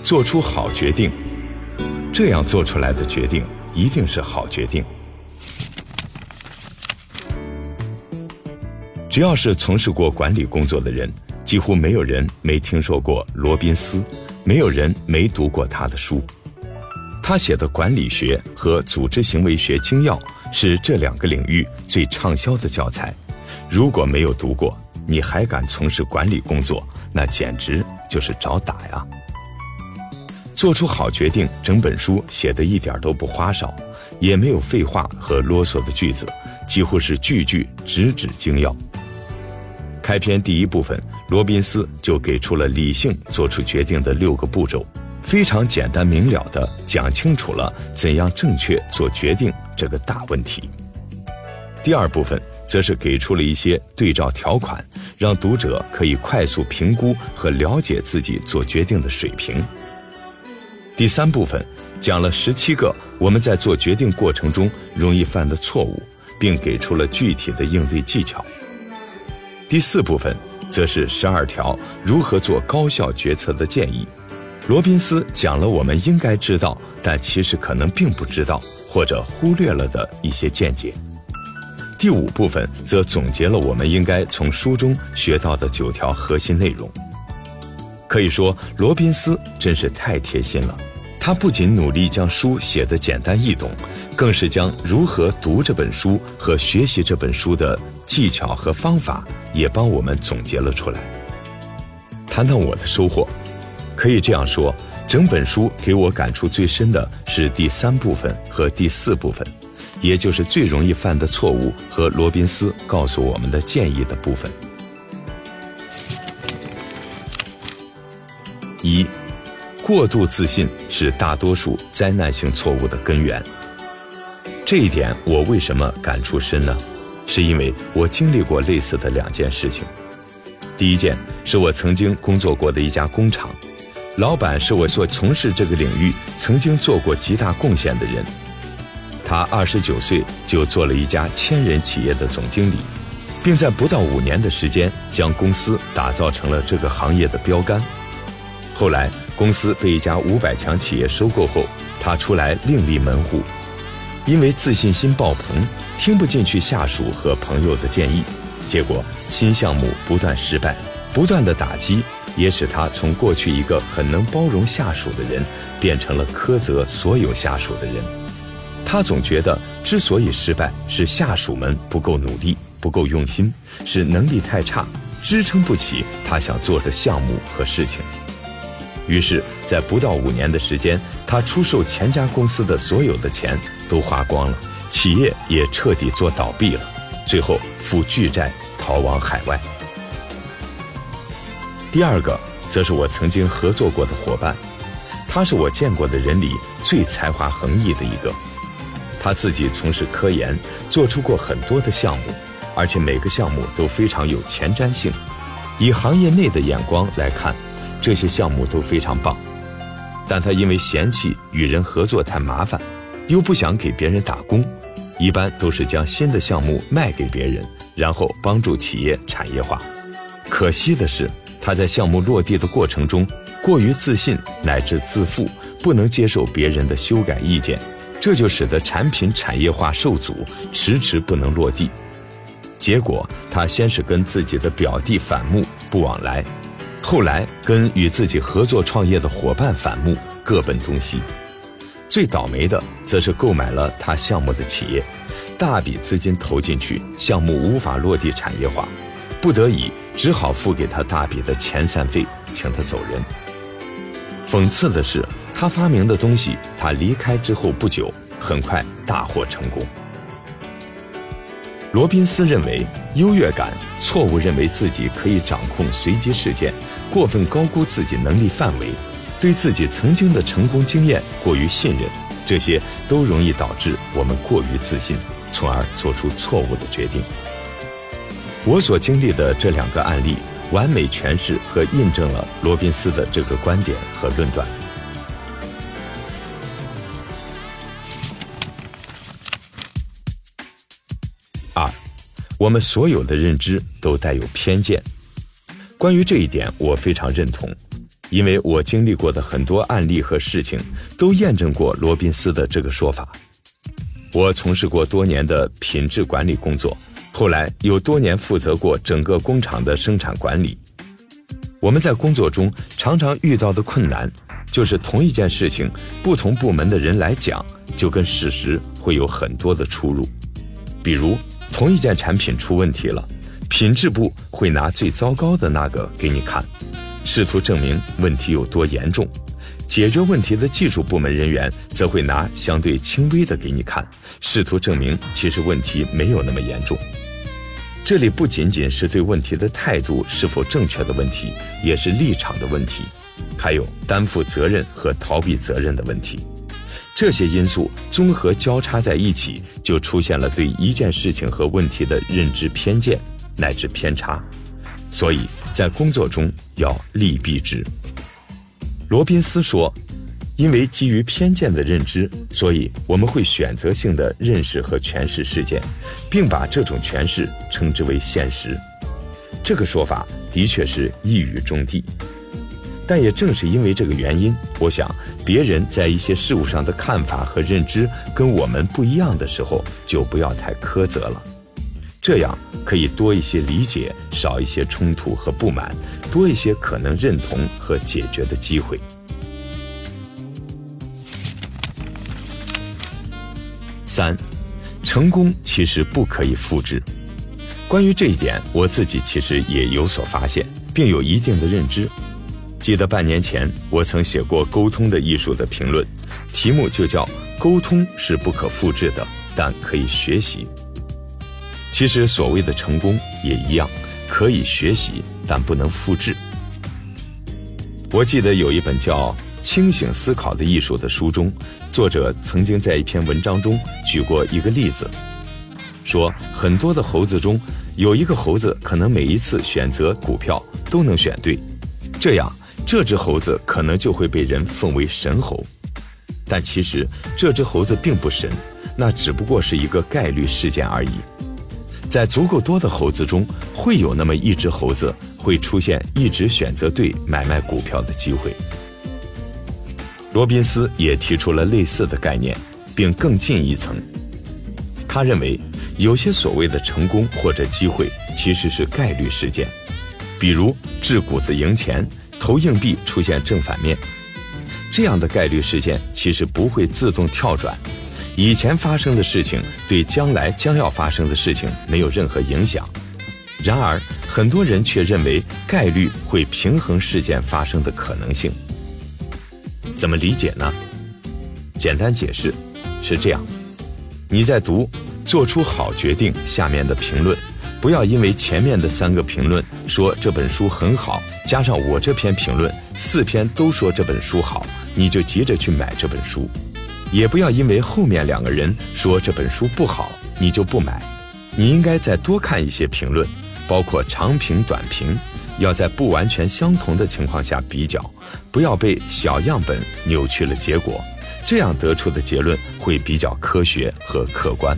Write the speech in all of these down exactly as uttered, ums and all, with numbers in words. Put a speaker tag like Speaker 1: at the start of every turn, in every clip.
Speaker 1: 做出好决定，这样做出来的决定一定是好决定。只要是从事过管理工作的人，几乎没有人没听说过罗宾斯，没有人没读过他的书。他写的管理学和组织行为学精要是这两个领域最畅销的教材。如果没有读过，你还敢从事管理工作，那简直就是找打呀。做出好决定，整本书写得一点都不花哨，也没有废话和啰嗦的句子，几乎是句句直指精要。开篇第一部分，罗宾斯就给出了理性做出决定的六个步骤，非常简单明了地讲清楚了怎样正确做决定这个大问题。第二部分则是给出了一些对照条款，让读者可以快速评估和了解自己做决定的水平。第三部分讲了十七个我们在做决定过程中容易犯的错误，并给出了具体的应对技巧。第四部分则是十二条如何做高效决策的建议。罗宾斯讲了我们应该知道，但其实可能并不知道或者忽略了的一些见解。第五部分则总结了我们应该从书中学到的九条核心内容。可以说，罗宾斯真是太贴心了。他不仅努力将书写得简单易懂，更是将如何读这本书和学习这本书的技巧和方法也帮我们总结了出来。谈谈我的收获，可以这样说，整本书给我感触最深的是第三部分和第四部分，也就是最容易犯的错误和罗宾斯告诉我们的建议的部分。一，过度自信是大多数灾难性错误的根源。这一点我为什么感触深呢？是因为我经历过类似的两件事情。第一件是我曾经工作过的一家工厂，老板是我所从事这个领域曾经做过极大贡献的人。他二十九岁就做了一家千人企业的总经理，并在不到五年的时间将公司打造成了这个行业的标杆。后来公司被一家五百强企业收购后，他出来另立门户。因为自信心爆棚，听不进去下属和朋友的建议，结果新项目不断失败，不断的打击也使他从过去一个很能包容下属的人，变成了苛责所有下属的人。他总觉得之所以失败，是下属们不够努力，不够用心，是能力太差，支撑不起他想做的项目和事情。于是在不到五年的时间，他出售前家公司的所有的钱都花光了，企业也彻底做倒闭了，最后负巨债逃往海外。第二个则是我曾经合作过的伙伴，他是我见过的人里最才华横溢的一个。他自己从事科研，做出过很多的项目，而且每个项目都非常有前瞻性。以行业内的眼光来看，这些项目都非常棒，但他因为嫌弃与人合作太麻烦，又不想给别人打工，一般都是将新的项目卖给别人，然后帮助企业产业化。可惜的是，他在项目落地的过程中过于自信乃至自负，不能接受别人的修改意见，这就使得产品产业化受阻，迟迟不能落地。结果他先是跟自己的表弟反目不往来，后来跟与自己合作创业的伙伴反目，各奔东西。最倒霉的则是购买了他项目的企业，大笔资金投进去，项目无法落地产业化，不得已只好付给他大笔的遣散费，请他走人。讽刺的是，他发明的东西，他离开之后不久，很快大获成功。罗宾斯认为，优越感、错误认为自己可以掌控随机事件，过分高估自己能力范围，对自己曾经的成功经验过于信任，这些都容易导致我们过于自信，从而做出错误的决定。我所经历的这两个案例，完美诠释和印证了罗宾斯的这个观点和论断。二，我们所有的认知都带有偏见。关于这一点，我非常认同。 因为我经历过的很多案例和事情都验证过罗宾斯的这个说法。我从事过多年的品质管理工作，后来有多年负责过整个工厂的生产管理。我们在工作中常常遇到的困难，就是同一件事情，不同部门的人来讲，就跟事实会有很多的出入。比如，同一件产品出问题了，品质部会拿最糟糕的那个给你看，试图证明问题有多严重。解决问题的技术部门人员则会拿相对轻微的给你看，试图证明其实问题没有那么严重。这里不仅仅是对问题的态度是否正确的问题，也是立场的问题，还有担负责任和逃避责任的问题。这些因素综合交叉在一起，就出现了对一件事情和问题的认知偏见乃至偏差。所以在工作中要利避之。罗宾斯说，因为基于偏见的认知，所以我们会选择性地认识和诠释事件，并把这种诠释称之为现实。这个说法的确是一语中的，但也正是因为这个原因，我想别人在一些事物上的看法和认知跟我们不一样的时候，就不要太苛责了。这样可以多一些理解，少一些冲突和不满，多一些可能认同和解决的机会。三，成功其实不可以复制。关于这一点，我自己其实也有所发现，并有一定的认知。记得半年前，我曾写过沟通的艺术的评论，题目就叫“沟通是不可复制的，但可以学习”。其实所谓的成功也一样，可以学习，但不能复制。我记得有一本叫《清醒思考的艺术》的书中，作者曾经在一篇文章中举过一个例子，说很多的猴子中，有一个猴子可能每一次选择股票都能选对，这样这只猴子可能就会被人奉为神猴。但其实这只猴子并不神，那只不过是一个概率事件而已。在足够多的猴子中，会有那么一只猴子会出现一直选择对买卖股票的机会。罗宾斯也提出了类似的概念，并更进一层。他认为有些所谓的成功或者机会其实是概率事件，比如掷谷子赢钱，投硬币出现正反面。这样的概率事件其实不会自动跳转，以前发生的事情对将来将要发生的事情没有任何影响。然而很多人却认为概率会平衡事件发生的可能性。怎么理解呢？简单解释是这样，你在读做出好决定下面的评论，不要因为前面的三个评论说这本书很好，加上我这篇评论，四篇都说这本书好，你就急着去买这本书。也不要因为后面两个人说这本书不好，你就不买。你应该再多看一些评论，包括长评短评，要在不完全相同的情况下比较，不要被小样本扭曲了结果，这样得出的结论会比较科学和客观。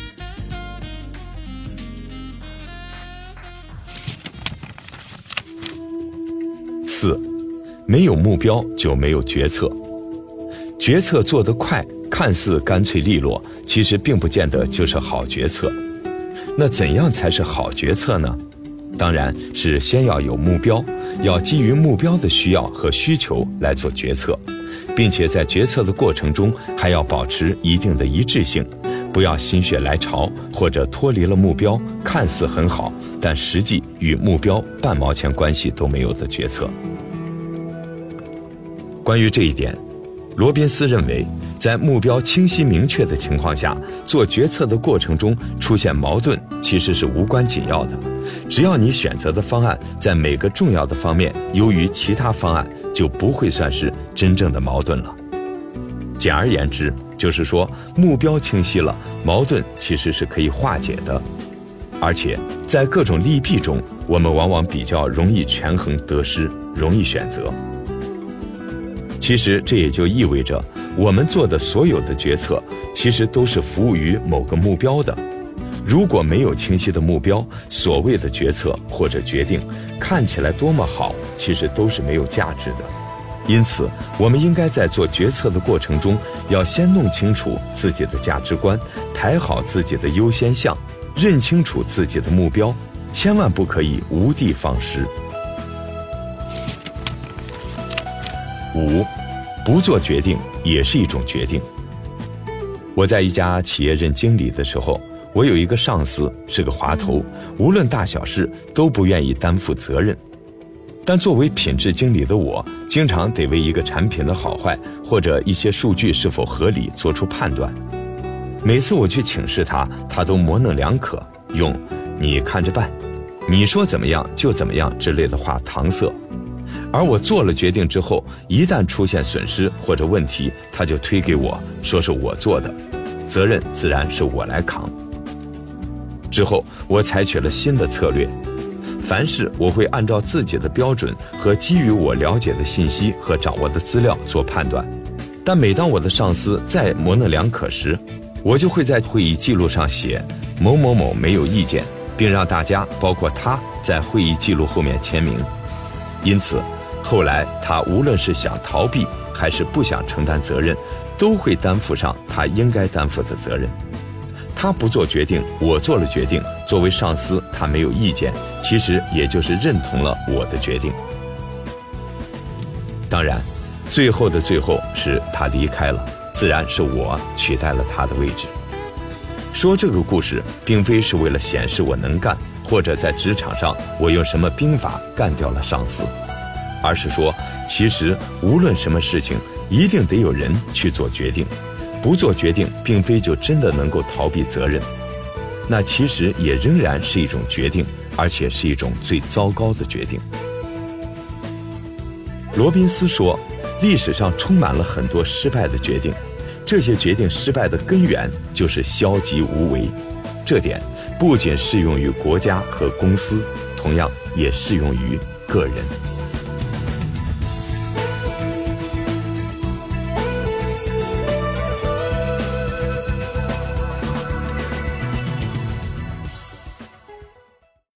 Speaker 1: 四，没有目标就没有决策。决策做得快，看似干脆利落，其实并不见得就是好决策。那怎样才是好决策呢？当然是先要有目标，要基于目标的需要和需求来做决策，并且在决策的过程中还要保持一定的一致性，不要心血来潮或者脱离了目标，看似很好，但实际与目标半毛钱关系都没有的决策。关于这一点，罗宾斯认为，在目标清晰明确的情况下，做决策的过程中出现矛盾其实是无关紧要的，只要你选择的方案在每个重要的方面优于其他方案，就不会算是真正的矛盾了。简而言之，就是说目标清晰了，矛盾其实是可以化解的。而且在各种利弊中，我们往往比较容易权衡得失，容易选择。其实这也就意味着，我们做的所有的决策其实都是服务于某个目标的。如果没有清晰的目标，所谓的决策或者决定看起来多么好，其实都是没有价值的。 因此，我们应该在做决策的过程中，要先弄清楚自己的价值观，排好自己的优先项，认清楚自己的目标，千万不可以无的放矢。五，不做决定也是一种决定。我在一家企业任经理的时候，我有一个上司是个滑头，无论大小事都不愿意担负责任。但作为品质经理的我，经常得为一个产品的好坏或者一些数据是否合理做出判断。每次我去请示他，他都模棱两可，用你看着办，你说怎么样就怎么样之类的话搪塞。而我做了决定之后，一旦出现损失或者问题，他就推给我，说是我做的，责任自然是我来扛。之后我采取了新的策略，凡事我会按照自己的标准和基于我了解的信息和掌握的资料做判断。但每当我的上司再模棱两可时，我就会在会议记录上写某某某没有意见，并让大家包括他在会议记录后面签名。因此后来他无论是想逃避还是不想承担责任，都会担负上他应该担负的责任。他不做决定，我做了决定，作为上司他没有意见，其实也就是认同了我的决定。当然最后的最后是他离开了，自然是我取代了他的位置。说这个故事并非是为了显示我能干，或者在职场上我用什么兵法干掉了上司，而是说其实无论什么事情一定得有人去做决定，不做决定并非就真的能够逃避责任，那其实也仍然是一种决定，而且是一种最糟糕的决定。罗宾斯说，历史上充满了很多失败的决定，这些决定失败的根源就是消极无为。这点不仅适用于国家和公司，同样也适用于个人。